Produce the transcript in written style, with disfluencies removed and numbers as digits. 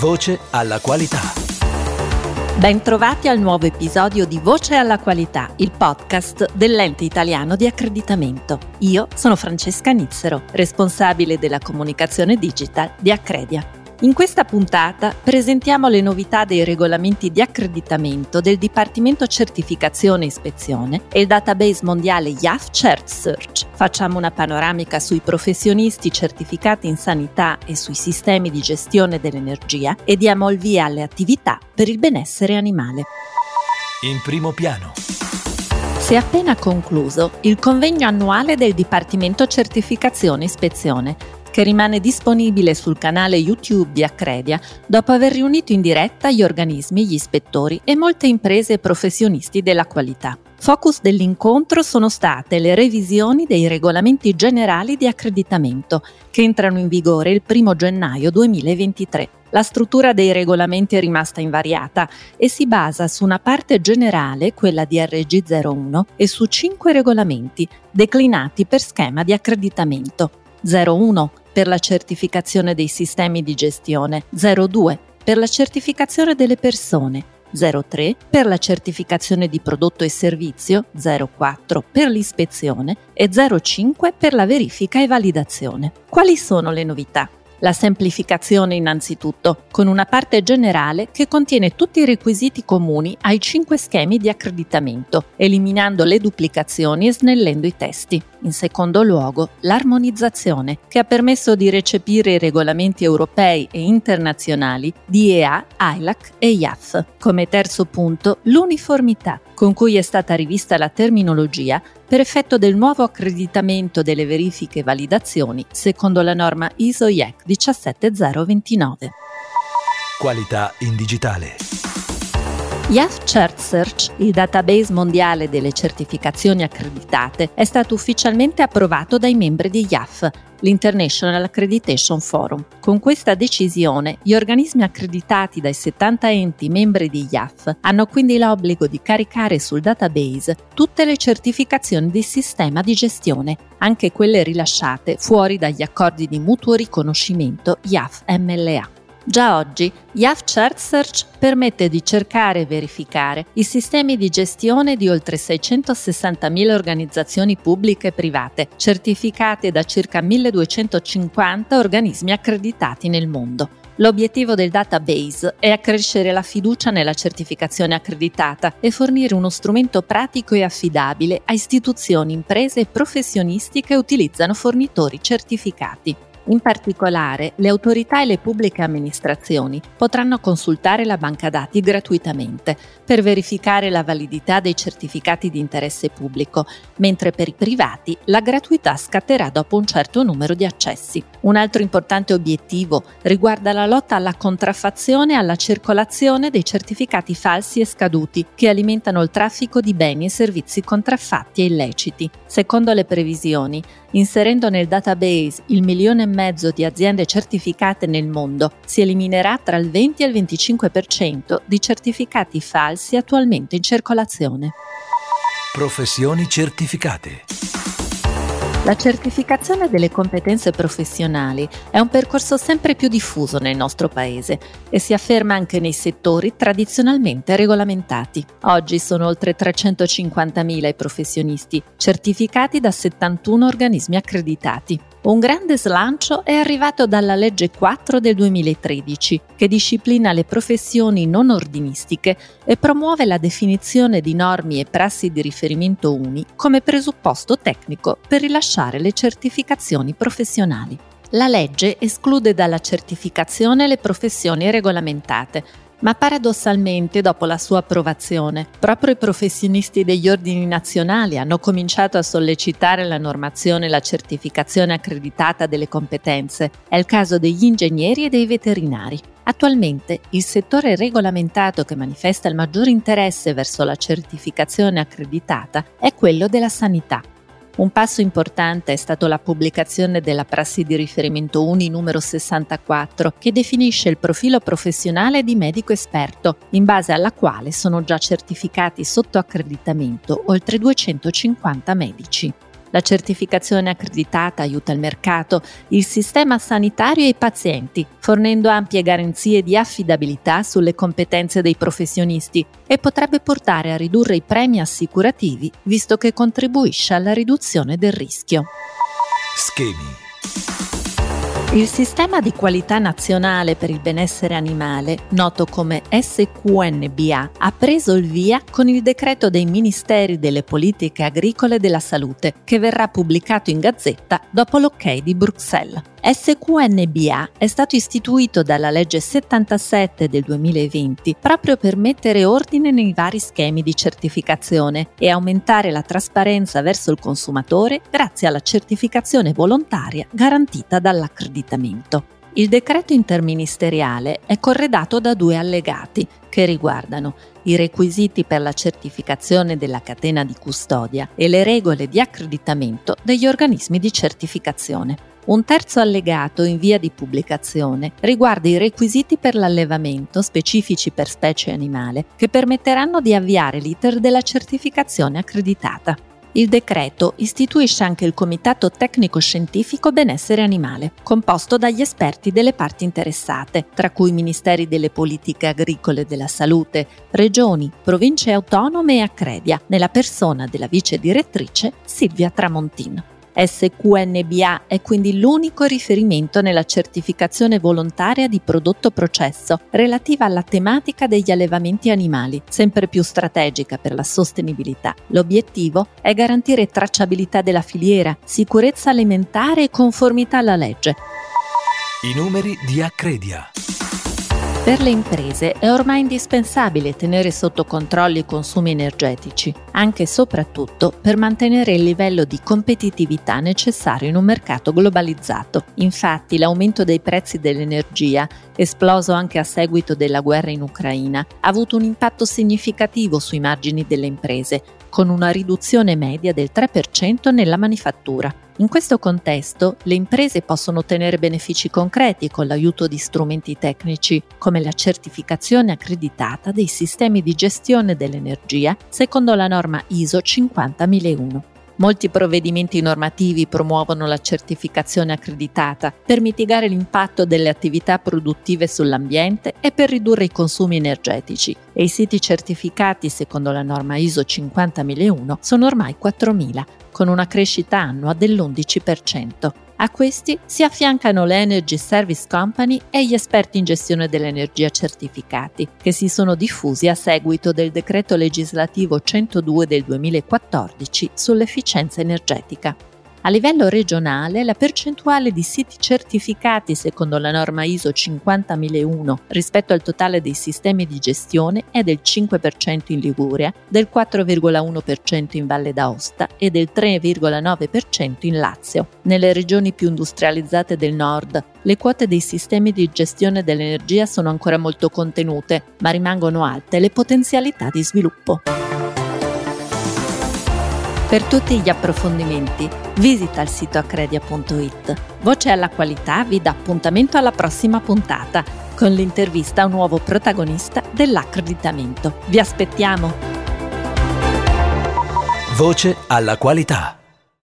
Voce alla qualità. Bentrovati al nuovo episodio di Voce alla qualità, il podcast dell'ente italiano di accreditamento. Io sono Francesca Nizzero, responsabile della comunicazione digital di Accredia. In questa puntata presentiamo le novità dei regolamenti di accreditamento del Dipartimento Certificazione e Ispezione e il database mondiale IAF CertSearch. Facciamo una panoramica sui professionisti certificati in sanità e sui sistemi di gestione dell'energia e diamo il via alle attività per il benessere animale. In primo piano. Si è appena concluso il convegno annuale del Dipartimento Certificazione e Ispezione, che rimane disponibile sul canale YouTube di Accredia dopo aver riunito in diretta gli organismi, gli ispettori e molte imprese e professionisti della qualità. Focus dell'incontro sono state le revisioni dei regolamenti generali di accreditamento, che entrano in vigore il 1 gennaio 2023. La struttura dei regolamenti è rimasta invariata e si basa su una parte generale, quella di RG 01, e su 5 regolamenti, declinati per schema di accreditamento. 01 per la certificazione dei sistemi di gestione, 02 per la certificazione delle persone, 03 per la certificazione di prodotto e servizio, 04 per l'ispezione e 05 per la verifica e validazione. Quali sono le novità? La semplificazione innanzitutto, con una parte generale che contiene tutti i requisiti comuni ai 5 schemi di accreditamento, eliminando le duplicazioni e snellendo i testi. In secondo luogo, l'armonizzazione, che ha permesso di recepire i regolamenti europei e internazionali di EA, ILAC e IAF. Come terzo punto, l'uniformità, con cui è stata rivista la terminologia per effetto del nuovo accreditamento delle verifiche e validazioni secondo la norma ISO/IEC 17029. Qualità in digitale. IAF CertSearch, il database mondiale delle certificazioni accreditate, è stato ufficialmente approvato dai membri di IAF, l'International Accreditation Forum. Con questa decisione, gli organismi accreditati dai 70 enti membri di IAF hanno quindi l'obbligo di caricare sul database tutte le certificazioni del sistema di gestione, anche quelle rilasciate fuori dagli accordi di mutuo riconoscimento IAF-MLA. Già oggi, IAF CertSearch permette di cercare e verificare i sistemi di gestione di oltre 660.000 organizzazioni pubbliche e private, certificate da circa 1.250 organismi accreditati nel mondo. L'obiettivo del database è accrescere la fiducia nella certificazione accreditata e fornire uno strumento pratico e affidabile a istituzioni, imprese e professionisti che utilizzano fornitori certificati. In particolare, le autorità e le pubbliche amministrazioni potranno consultare la banca dati gratuitamente per verificare la validità dei certificati di interesse pubblico, mentre per i privati la gratuità scatterà dopo un certo numero di accessi. Un altro importante obiettivo riguarda la lotta alla contraffazione e alla circolazione dei certificati falsi e scaduti che alimentano il traffico di beni e servizi contraffatti e illeciti. Secondo le previsioni, inserendo nel database 1,5 milioni di aziende certificate nel mondo, si eliminerà tra il 20 e il 25% di certificati falsi attualmente in circolazione. Professioni certificate. La certificazione delle competenze professionali è un percorso sempre più diffuso nel nostro paese e si afferma anche nei settori tradizionalmente regolamentati. Oggi sono oltre 350.000 i professionisti certificati da 71 organismi accreditati. Un grande slancio è arrivato dalla legge 4 del 2013, che disciplina le professioni non ordinistiche e promuove la definizione di norme e prassi di riferimento uni come presupposto tecnico per rilasciare le certificazioni professionali. La legge esclude dalla certificazione le professioni regolamentate, ma paradossalmente dopo la sua approvazione, proprio i professionisti degli ordini nazionali hanno cominciato a sollecitare la normazione e la certificazione accreditata delle competenze. È il caso degli ingegneri e dei veterinari. Attualmente il settore regolamentato che manifesta il maggior interesse verso la certificazione accreditata è quello della sanità. Un passo importante è stato la pubblicazione della prassi di riferimento UNI numero 64, che definisce il profilo professionale di medico esperto, in base alla quale sono già certificati sotto accreditamento oltre 250 medici. La certificazione accreditata aiuta il mercato, il sistema sanitario e i pazienti, fornendo ampie garanzie di affidabilità sulle competenze dei professionisti e potrebbe portare a ridurre i premi assicurativi, visto che contribuisce alla riduzione del rischio. Schemi. Il Sistema di Qualità Nazionale per il Benessere Animale, noto come SQNBA, ha preso il via con il decreto dei Ministeri delle Politiche Agricole e della Salute, che verrà pubblicato in Gazzetta dopo l'ok di Bruxelles. SQNBA è stato istituito dalla legge 77 del 2020 proprio per mettere ordine nei vari schemi di certificazione e aumentare la trasparenza verso il consumatore grazie alla certificazione volontaria garantita dall'accreditamento. Il decreto interministeriale è corredato da 2 allegati che riguardano i requisiti per la certificazione della catena di custodia e le regole di accreditamento degli organismi di certificazione. Un terzo allegato in via di pubblicazione riguarda i requisiti per l'allevamento specifici per specie animale che permetteranno di avviare l'iter della certificazione accreditata. Il decreto istituisce anche il Comitato Tecnico-Scientifico Benessere Animale, composto dagli esperti delle parti interessate, tra cui Ministeri delle Politiche Agricole e della Salute, Regioni, Province Autonome e Accredia, nella persona della vice direttrice Silvia Tramontin. SQNBA è quindi l'unico riferimento nella certificazione volontaria di prodotto-processo relativa alla tematica degli allevamenti animali, sempre più strategica per la sostenibilità. L'obiettivo è garantire tracciabilità della filiera, sicurezza alimentare e conformità alla legge. I numeri di Accredia. Per le imprese è ormai indispensabile tenere sotto controllo i consumi energetici, anche e soprattutto per mantenere il livello di competitività necessario in un mercato globalizzato. Infatti, l'aumento dei prezzi dell'energia, esploso anche a seguito della guerra in Ucraina, ha avuto un impatto significativo sui margini delle imprese, con una riduzione media del 3% nella manifattura. In questo contesto, le imprese possono ottenere benefici concreti con l'aiuto di strumenti tecnici come la certificazione accreditata dei sistemi di gestione dell'energia secondo la norma ISO 50001. Molti provvedimenti normativi promuovono la certificazione accreditata per mitigare l'impatto delle attività produttive sull'ambiente e per ridurre i consumi energetici, e i siti certificati secondo la norma ISO 50001 sono ormai 4.000, con una crescita annua dell'11%. A questi si affiancano le Energy Service Company e gli esperti in gestione dell'energia certificati, che si sono diffusi a seguito del decreto legislativo 102 del 2014 sull'efficienza energetica. A livello regionale, la percentuale di siti certificati secondo la norma ISO 50001 rispetto al totale dei sistemi di gestione è del 5% in Liguria, del 4,1% in Valle d'Aosta e del 3,9% in Lazio. Nelle regioni più industrializzate del nord, le quote dei sistemi di gestione dell'energia sono ancora molto contenute, ma rimangono alte le potenzialità di sviluppo. Per tutti gli approfondimenti, visita il sito accredia.it. Voce alla Qualità vi dà appuntamento alla prossima puntata, con l'intervista a un nuovo protagonista dell'accreditamento. Vi aspettiamo! Voce alla Qualità.